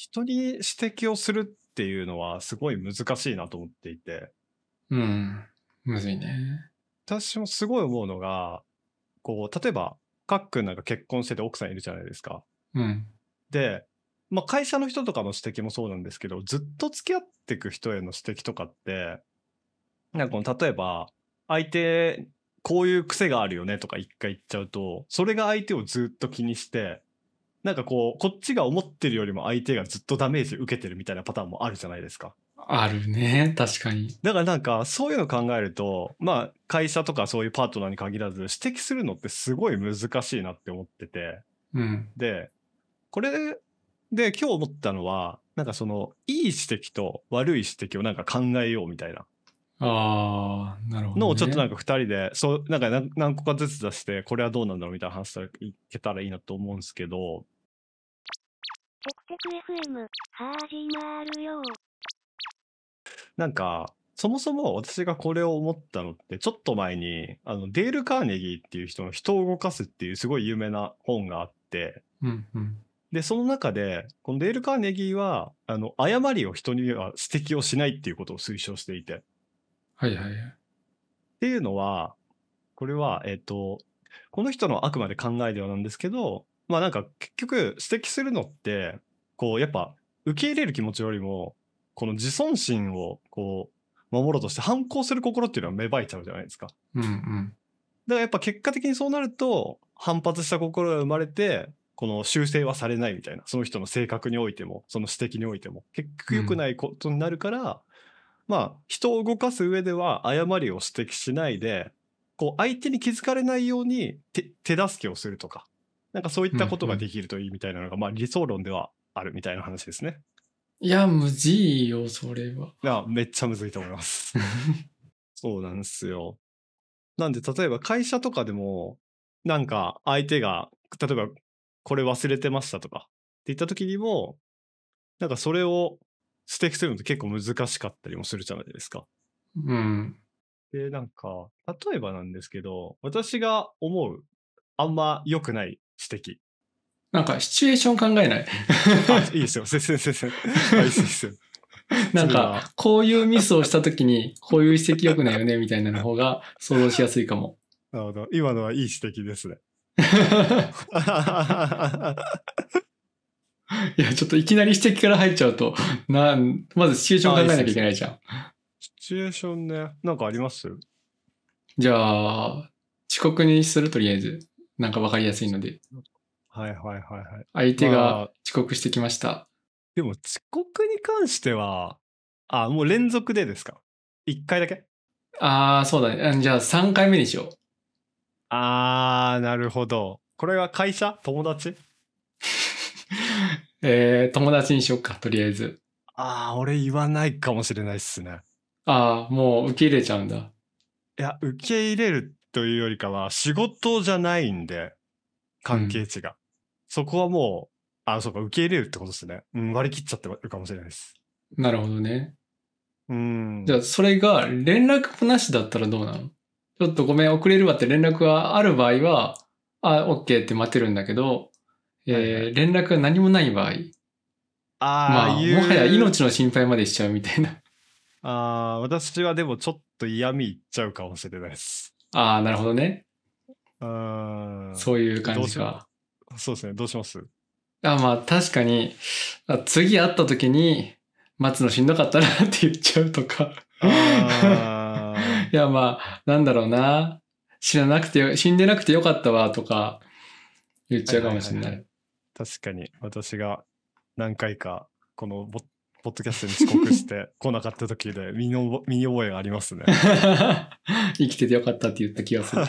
人に指摘をするっていうのはすごい難しいなと思っていて、 うん。むずいね。 私もすごい思うのが、こう、例えば、かっくんなんか結婚してて奥さんいるじゃないですか。 うん。 で、まあ、会社の人とかの指摘もそうなんですけど、ずっと付き合っていく人への指摘とかって、なんかこの例えば、相手、こういう癖があるよねとか一回言っちゃうと、それが相手をずっと気にして、なんかこう、こっちが思ってるよりも相手がずっとダメージ受けてるみたいなパターンもあるじゃないですか。 あるね。確かに。 だからなんかそういうの考えると、まあ会社とかそういうパートナーに限らず指摘するのってすごい難しいなって思ってて。 うん。 で、これで今日思ったのは、なんかそのいい指摘と悪い指摘をなんか考えようみたいなああ、なるほどのをちょっとなんね。 か二人で、そう、なんか何個かずつ出して、これはどうなんだろうみたいな話いけたらいいなと思うんですけど、 テクテク FM 始まるよ。 なんか、そもそも私がこれを思ったのって、ちょっと前に、デール・カーネギーっていう人の人を動かすっていうすごい有名な本があって、 うんうん。 で、その中で、このデール・カーネギーは、誤りを人には指摘をしないっていうことを推奨していて。っはいはいはい。 ていうのは、これは、この人のあくまで考えではなんですけど、まあなんか結局指摘するのって、こうやっぱ受け入れる気持ちよりも、この自尊心をこう守ろうとして反抗する心っていうのは芽生えちゃうじゃないですか。 うんうん。 だからやっぱ結果的にそうなると反発した心が生まれて、この修正はされないみたいな、その人の性格においても、その指摘においても、結局良くないことになるから、まあ人を動かす上では誤りを指摘しないで、こう相手に気づかれないように手助けをするとか、なんかそういったことができるといいみたいなのが、まあ理想論ではあるみたいな話ですね。 いや、むずいよ、それは。 いや、めっちゃむずいと思います。そうなんですよ。なんで例えば会社とかでも、なんか相手が、例えばこれ忘れてましたとかって言った時にも、なんかそれを指摘するのって結構難しかったりもするじゃないですか。 うん。 で、なんか、例えばなんですけど、私が思う、あんま良くない指摘。 なんか、シチュエーション考えない？ あ、いいですよ。先生、先生。あ、いいですよ。 なんか、 それは、 こういうミスをしたときに、こういう指摘良くないよね、みたいなの方が想像しやすいかも。 なるほど。今のはいい指摘ですね。 いや、ちょっといきなり指摘から入っちゃうと、まずシチュエーション考あ、 えなきゃいいですよ。 いけないじゃん。 シチュエーションね。なんかあります？ じゃあ、遅刻にするとりあえず。なんかわかりやすいので。 はいはいはいはい。 相手がまあ、 遅刻してきました。 でも遅刻に関しては、あ、もう連続でですか？ 1 回だけ？ ああ、そうだね。じゃあ3回目にしよう。 なるほど。これは会社？友達？ 友達にしよっか、とりあえず。 俺言わないかもしれないっすね。 ああ、もう受け入れちゃうんだ。 いや、受け入れるというよりかは、仕事じゃないんで、関係値が。そこはもう、そうか、受け入れるってことですね。うん、割り切っちゃってるかもしれないです。 なるほどね。じゃあ、 うん。 それが連絡もなしだったらどうなの？ちょっとごめん、遅れるわって連絡がある場合は、OK って待ってるんだけど、 はいはい。 連絡が何もない場合、もはや命の心配までしちゃうみたいな。 私はでもちょっと嫌味言っちゃうかもしれないです。 ああ、なるほどね。 うーん。 そういう感どうしよじか。 う。そうですね。どうします？ まあ確かに、次会った時に、待つのしんどかったなって言っちゃうとか。いやまあ、なんだろうな。死んでなくてよかったわとか言っちゃうかはいはいもしれない。 はいはい。確かに、私が何回か、このポッドキャストに遅刻して来なかった時で身に覚えがありますね。 生きててよかったって言った気がする。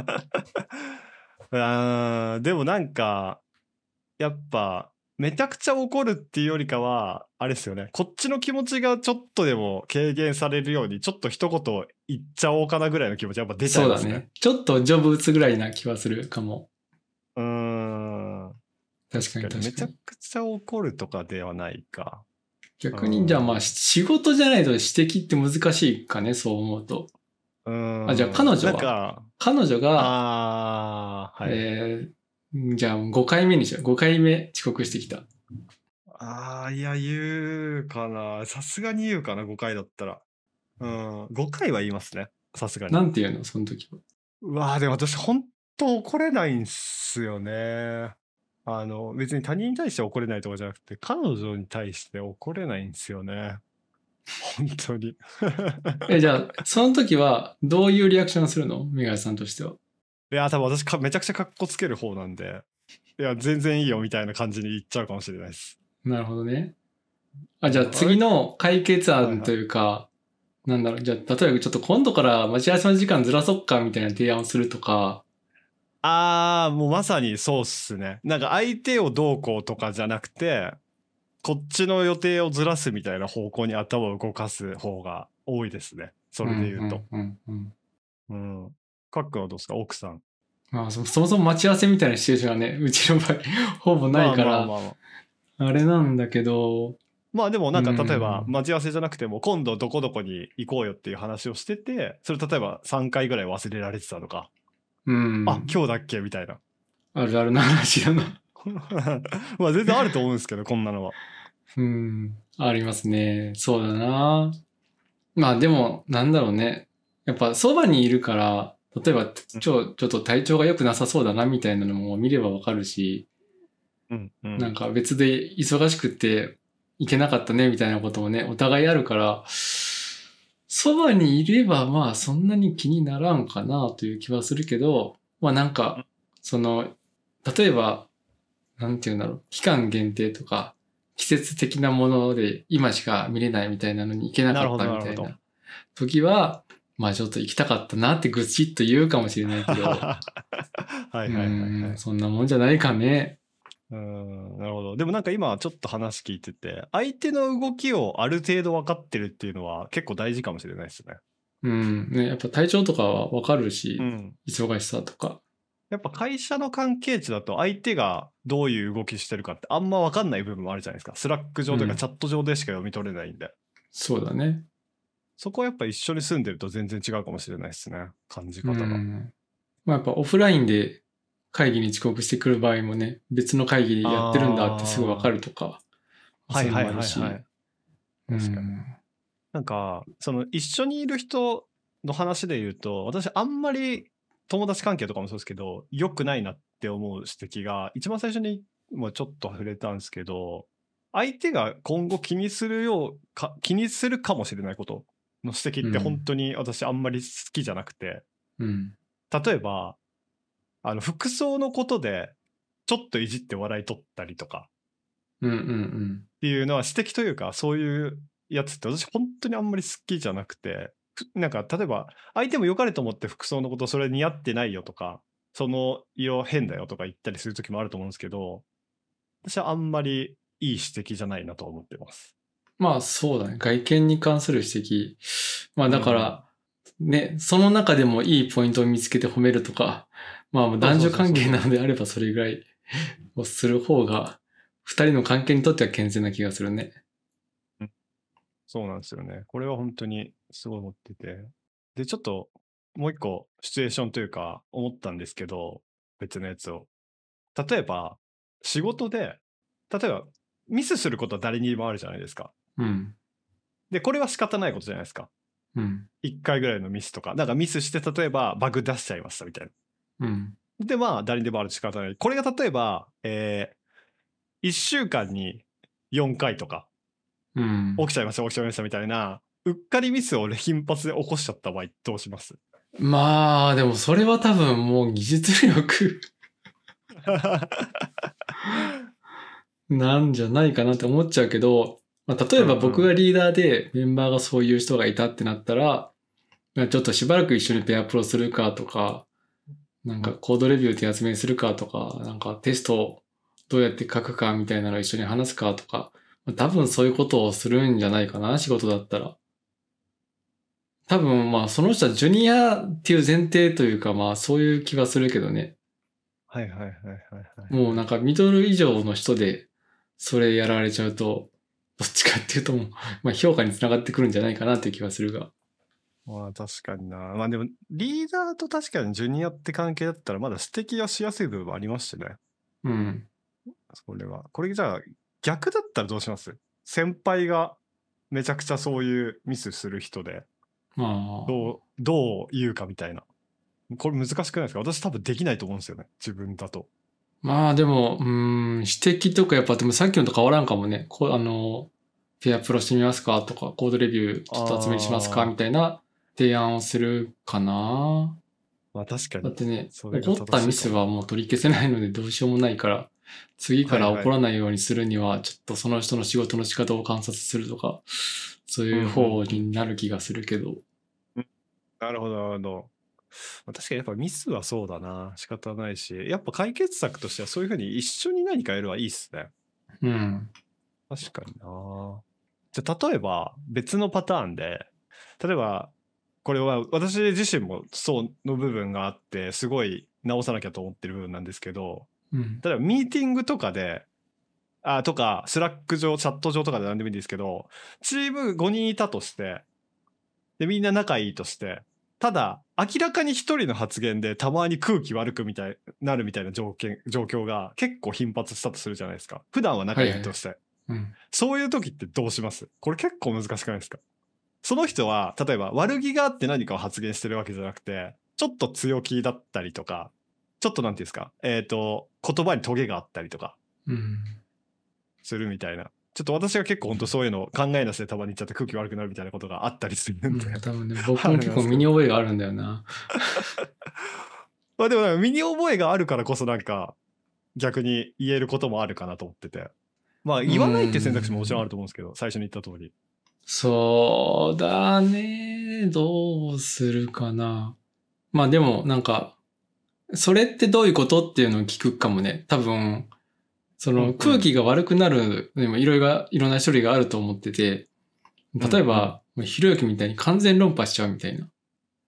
でもなんか、やっぱ、めちゃくちゃ怒るっていうよりかは、あれですよね。こっちの気持ちがちょっとでも軽減されるように、ちょっと一言言っちゃおうかなぐらいの気持ちやっぱ出ちゃいますね。 そうだね。ちょっとジョブ打つぐらいな気はするかも。 うーん。 確かに確かに。めちゃ確かに。 くちゃ怒るとかではないか。 逆にじゃあまあ仕事じゃないと指摘って難しいかね、そう思うと。じゃあ彼女なんはか、 彼女が、 はい。 じゃあ5回目にしよう。5回目遅刻してきた。 いや、言うかな。さすがに言うかな、5回だったら。5回は言いますね。さすがに。 なんて言うのその時は。 でも私、本当怒れないんすよね。別に他人に対して怒れないとかじゃなくて、彼女に対して怒れないんですよね。本当に。 じゃあ、その時はどういうリアクションするのメガヤさんとしては。 いや、多分私めちゃくちゃカッコつける方なんで、いや、全然いいよみたいな感じに言っちゃうかもしれないです。 なるほどね。じゃあ次の解決案というか、なんだろう、じゃあ例えばちょっと今度から待ち合わせの時間ずらそっかみたいな提案をするとか。 もうまさにそうっすね。なんか相手をどうこうとかじゃなくて、こっちの予定をずらすみたいな方向に頭を動かす方が多いですね。それで言うと。かっくんはどうですか、奥さん。 そもそも待ち合わせみたいなシチュエーションはね、うちの場合ほぼないから、あれなんだけど。 まあでもなんか例えば待ち合わせじゃなくても今度どこどこに行こうよっていう話をしてて、それ例えば3回ぐらい忘れられてたとか、今日だっけみたいな。 あるあるな話だな。 まあ全然あると思うんですけど、こんなのは。 ありますね。そうだな。まあでも、なんだろうね。やっぱそばにいるから、例えばちょっと体調が良くなさそうだなみたいなのも見ればわかるし、なんか別で忙しくて行けなかったねみたいなこともね、お互いあるから、そばにいればまあそんなに気にならんかなという気はするけど、まあなんか、例えば、なんていうんだろう、期間限定とか、季節的なもので今しか見れないみたいなのに行けなかったみたいな時は、まあちょっと行きたかったなってぐちっと言うかもしれないけど、そんなもんじゃないかね。 なるほど。でもなんか今ちょっと話聞いてて、相手の動きをある程度分かってるっていうのは結構大事かもしれないですね。 ね、やっぱ体調とかは分かるし、忙しさとか。 やっぱ会社の関係値だと相手がどういう動きしてるかってあんま分かんない部分もあるじゃないですか。スラック上とかチャット上でしか読み取れないんで。 そうだね。 そこはやっぱ一緒に住んでると全然違うかもしれないですね。感じ方が。 まあやっぱオフラインで会議に遅刻してくる場合もね、別の会議でやってるんだってすぐ分かるとか。 はいはいはいはい。確かに。なんか、一緒にいる人の話で言うと、私あんまり友達関係とかもそうですけど、良くないなって思う指摘が、一番最初にもちょっと触れたんですけど、相手が今後気にするかもしれないことの指摘って本当に私あんまり好きじゃなくて、例えば、服装のことでちょっといじって笑い取ったりとか、っていうのは指摘というか、そういうやつって私本当にあんまり好きじゃなくて、なんか例えば相手も良かれと思って服装のことそれ似合ってないよとか、その色変だよとか言ったりする時もあると思うんですけど、私はあんまりいい指摘じゃないなと思ってます。 まあそうだね。外見に関する指摘。まあだから、ね、その中でもいいポイントを見つけて褒めるとか、まあ男女関係なのであればそれぐらいをする方が、二人の関係にとっては健全な気がするね。 そうなんですよね。これは本当にすごい思ってて。で、ちょっともう一個シチュエーションというか思ったんですけど、別のやつを。例えば、仕事で、例えばミスすることは誰にもあるじゃないですか。で、これは仕方ないことじゃないですか。1回ぐらいのミスとか。なんかミスして、例えばバグ出しちゃいましたみたいな。で、まあ、誰にでもある仕方ない。これが例えば、1週間に4回とか、起きちゃいましたみたいな、うっかりミスを頻発で起こしちゃった場合、どうします？ まあ、でもそれは多分もう技術力なんじゃないかなって思っちゃうけど、まあ、例えば僕がリーダーでメンバーがそういう人がいたってなったら、ちょっとしばらく一緒にペアプロするかとか、なんかコードレビュー手集めにするかとか、なんかテストをどうやって書くかみたいなのを一緒に話すかとか、多分そういうことをするんじゃないかな、仕事だったら。多分まあその人はジュニアっていう前提というかまあそういう気はするけどね。 はい。 もうなんかミドル以上の人でそれやられちゃうと、どっちかっていうともう、まあ評価につながってくるんじゃないかなっていう気はするが。 まあ確かにな。まあでもリーダーと確かにジュニアって関係だったらまだ指摘はしやすい部分もありますしね。 うん。 それは。これじゃあ逆だったらどうします？先輩がめちゃくちゃそういうミスする人で、どう言うかみたいな。これ難しくないですか？私多分できないと思うんですよね、自分だと。 まあでも、指摘とかやっぱ、でもさっきのと変わらんかもね。ペアプロしてみますかとか、コードレビューちょっと集めにしますかみたいな提案をするかな。 まあ確かに。 だってね、 それが正しいかも起こったミスはもう取り消せないのでどうしようもないから、次から起こらないようにするには、ちょっとその人の仕事の仕方を観察するとか、そういう方になる気がするけど。 なるほど、なるほど。確かにやっぱミスはそうだな。仕方ないし、やっぱ解決策としてはそういうふうに一緒に何かやるはいいっすね。 うん。 確かにな。じゃあ例えば別のパターンで、例えばこれは私自身もそうの部分があってすごい直さなきゃと思ってる部分なんですけど、例えばミーティングとかでとかスラック上チャット上とかで何でもいいんですけど、チーム5人いたとしてでみんな仲いいとして、ただ明らかに一人の発言でたまに空気悪くなるみたいな状況が結構頻発したとするじゃないですか。普段は仲いいとして、そういう時ってどうします？これ結構難しくないですか？その人は例えば悪気があって何かを発言してるわけじゃなくて、ちょっと強気だったりとか、ちょっとなんていうんですか、言葉にトゲがあったりとかするみたいな。ちょっと私が結構本当そういうのを考えなしでたまに言っちゃって空気悪くなるみたいなことがあったりするんで、 多分ね、僕も結構身に覚えがあるんだよな。 まあでもなんか身に覚えがあるからこそなんか逆に言えることもあるかなと思ってて、まあ言わないって選択肢ももちろんあると思うんですけど、最初に言った通り。 そうだね。どうするかな。まあでもなんか、それってどういうことっていうのを聞くかもね。多分、その空気が悪くなるにもいろんな種類があると思ってて、例えば、ひろゆきみたいに完全論破しちゃうみたいな。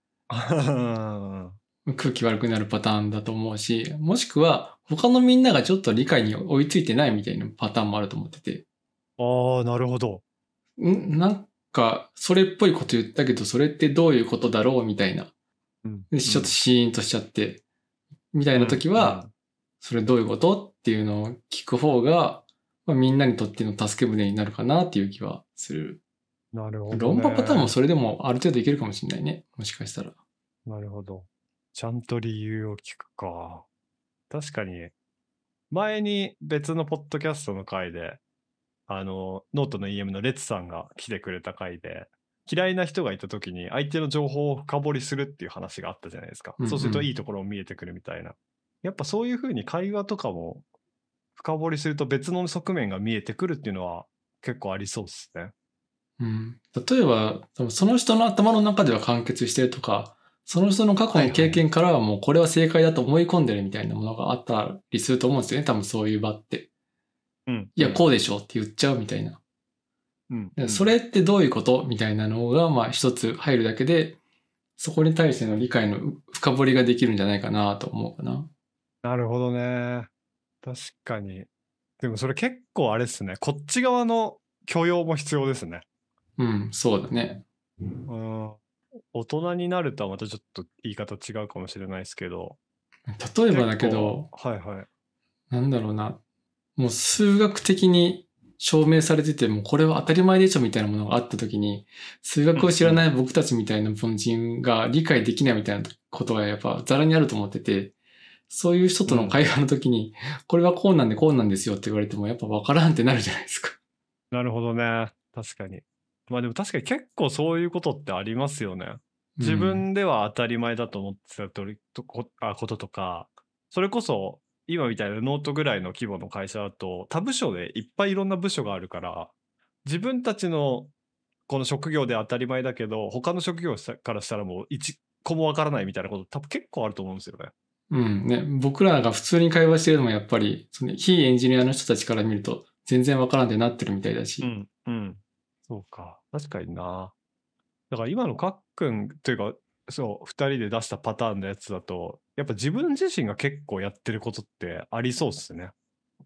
空気悪くなるパターンだと思うし、もしくは他のみんながちょっと理解に追いついてないみたいなパターンもあると思ってて。 ああ、なるほど。 なんか、それっぽいこと言ったけど、それってどういうことだろうみたいな。ちょっとシーンとしちゃって、みたいな時は、それどういうことっていうのを聞く方が、まあ、みんなにとっての助け舟になるかなっていう気はする。 なるほど、ね。 論破パターンもそれでもある程度いけるかもしれないね。もしかしたら。 なるほど。ちゃんと理由を聞くか。確かに、前に別のポッドキャストの回で、ノートの EM のレツさんが来てくれた回で、嫌いな人がいた時に相手の情報を深掘りするっていう話があったじゃないですか。そうするといいところも見えてくるみたいな。やっぱそういうふうに会話とかも深掘りすると別の側面が見えてくるっていうのは結構ありそうですね。 例えば、その人の頭の中では完結してるとか、その人の過去の経験からはもうこれは正解だと思い込んでるみたいなものがあったりすると思うんですよね。多分そういう場って。いや、こうでしょって言っちゃうみたいな。それってどういうことみたいなのが、まあ一つ入るだけで、そこに対しての理解の深掘りができるんじゃないかなと思うかな。 なるほどね。確かに。でもそれ結構あれですね。こっち側の許容も必要ですね。 そうだね。 大人になるとはまたちょっと言い方違うかもしれないですけど。 例えばだけど、なんだろうな。もう数学的に証明されててもこれは当たり前でしょみたいなものがあった時に、数学を知らない僕たちみたいな凡人が理解できないみたいなことがやっぱざらにあると思ってて、そういう人との会話の時に、これはこうなんでこうなんですよって言われてもやっぱ分からんってなるじゃないですか。 なるほどね。確かに。まあでも確かに結構そういうことってありますよね。自分では当たり前だと思ってたこととか、それこそ今みたいなノートぐらいの規模の会社だと他部署でいっぱいいろんな部署があるから、自分たちのこの職業で当たり前だけど他の職業からしたらもう一個もわからないみたいなこと多分結構あると思うんですよね。 僕らが普通に会話してるのもやっぱりその非エンジニアの人たちから見ると全然わからんってなってるみたいだし。 そうか。確かにな。だから今のかっくんというか、そう、2人で出したパターンのやつだと、やっぱ自分自身が結構やってることってありそうっすね。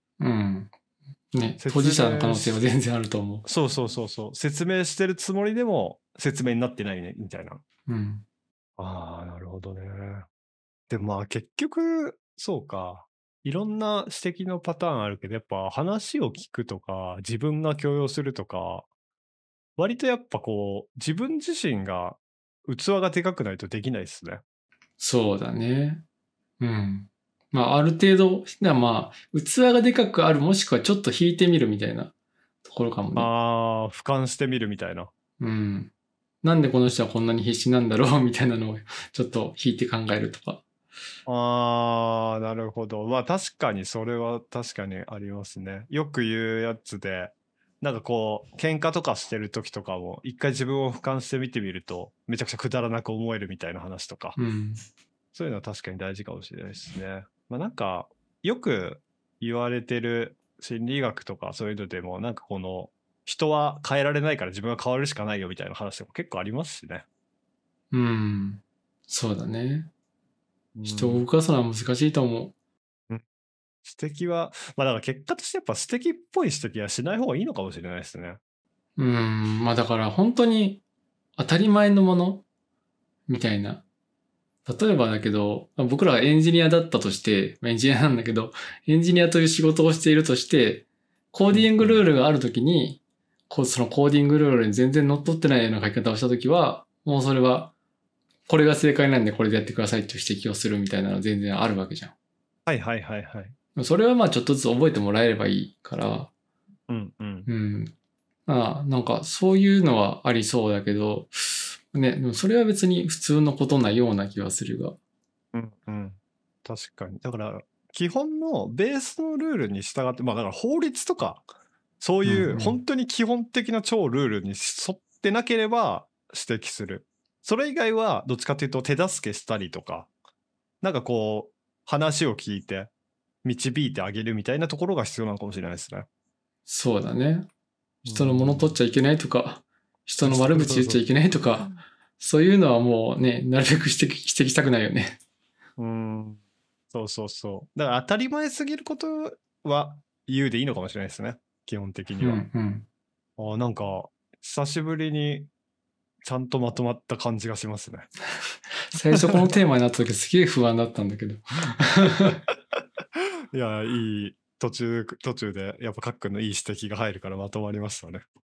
当事者の可能性は全然あると思う。 そう。説明してるつもりでも説明になってないね、みたいな。ああ、なるほどね。でもまあ結局、そうか。 いろんな指摘のパターンあるけど、やっぱ話を聞くとか、自分が許容するとか、割とやっぱこう、自分自身が器がでかくないとできないですね。 そうだね。うん。まあ、ある程度、まあ、器がでかくある、もしくはちょっと引いてみるみたいなところかもね。 ああ、俯瞰してみるみたいな。 うん。なんでこの人はこんなに必死なんだろうみたいなのをちょっと引いて考えるとか。 ああ、なるほど。まあ確かにそれは確かにありますね。よく言うやつで、なんかこう、喧嘩とかしてる時とかも、一回自分を俯瞰して見てみると、めちゃくちゃくだらなく思えるみたいな話とか、 うん。 そういうのは確かに大事かもしれないですね。まあなんか、よく言われてる心理学とかそういうのでも、なんかこの、人は変えられないから自分は変わるしかないよみたいな話とか結構ありますしね。 うん。そうだね。人をうん動かすのは難しいと思う。 指摘は、まあだから結果としてやっぱ指摘っぽい指摘はしない方がいいのかもしれないですね。 まあだから本当に当たり前のものみたいな。例えばだけど、僕らはエンジニアだったとして、エンジニアなんだけど、エンジニアという仕事をしているとして、コーディングルールがあるときに、そのコーディングルールに全然乗っ取ってないような書き方をしたときは、もうそれは、これが正解なんでこれでやってくださいっていう指摘をするみたいなのは全然あるわけじゃん。 はいはいはいはい。 それはまあちょっとずつ覚えてもらえればいいから、 うんうん。 うん。なんかそういうのはありそうだけど、ね、でもそれは別に普通のことなような気はするが。 うんうん。確かに。だから、基本のベースのルールに従って、まあだから法律とか、そういう本当に基本的な超ルールに沿ってなければ指摘する。それ以外はどっちかというと手助けしたりとか、なんかこう、話を聞いて導いてあげるみたいなところが必要なのかもしれないですね。 そうだね。人のもの取っちゃいけないとか、人の悪口言っちゃいけないとか、そういうのはもうね、なるべく指摘したくないよね。 そうそうそう。だから当たり前すぎることは言うでいいのかもしれないですね。基本的には。なんか、久しぶりにちゃんとまとまった感じがしますね。 最初このテーマになった時すげえ不安だったんだけど。 いや、いい途中でやっぱかっくんのいい指摘が入るからまとまりましたね。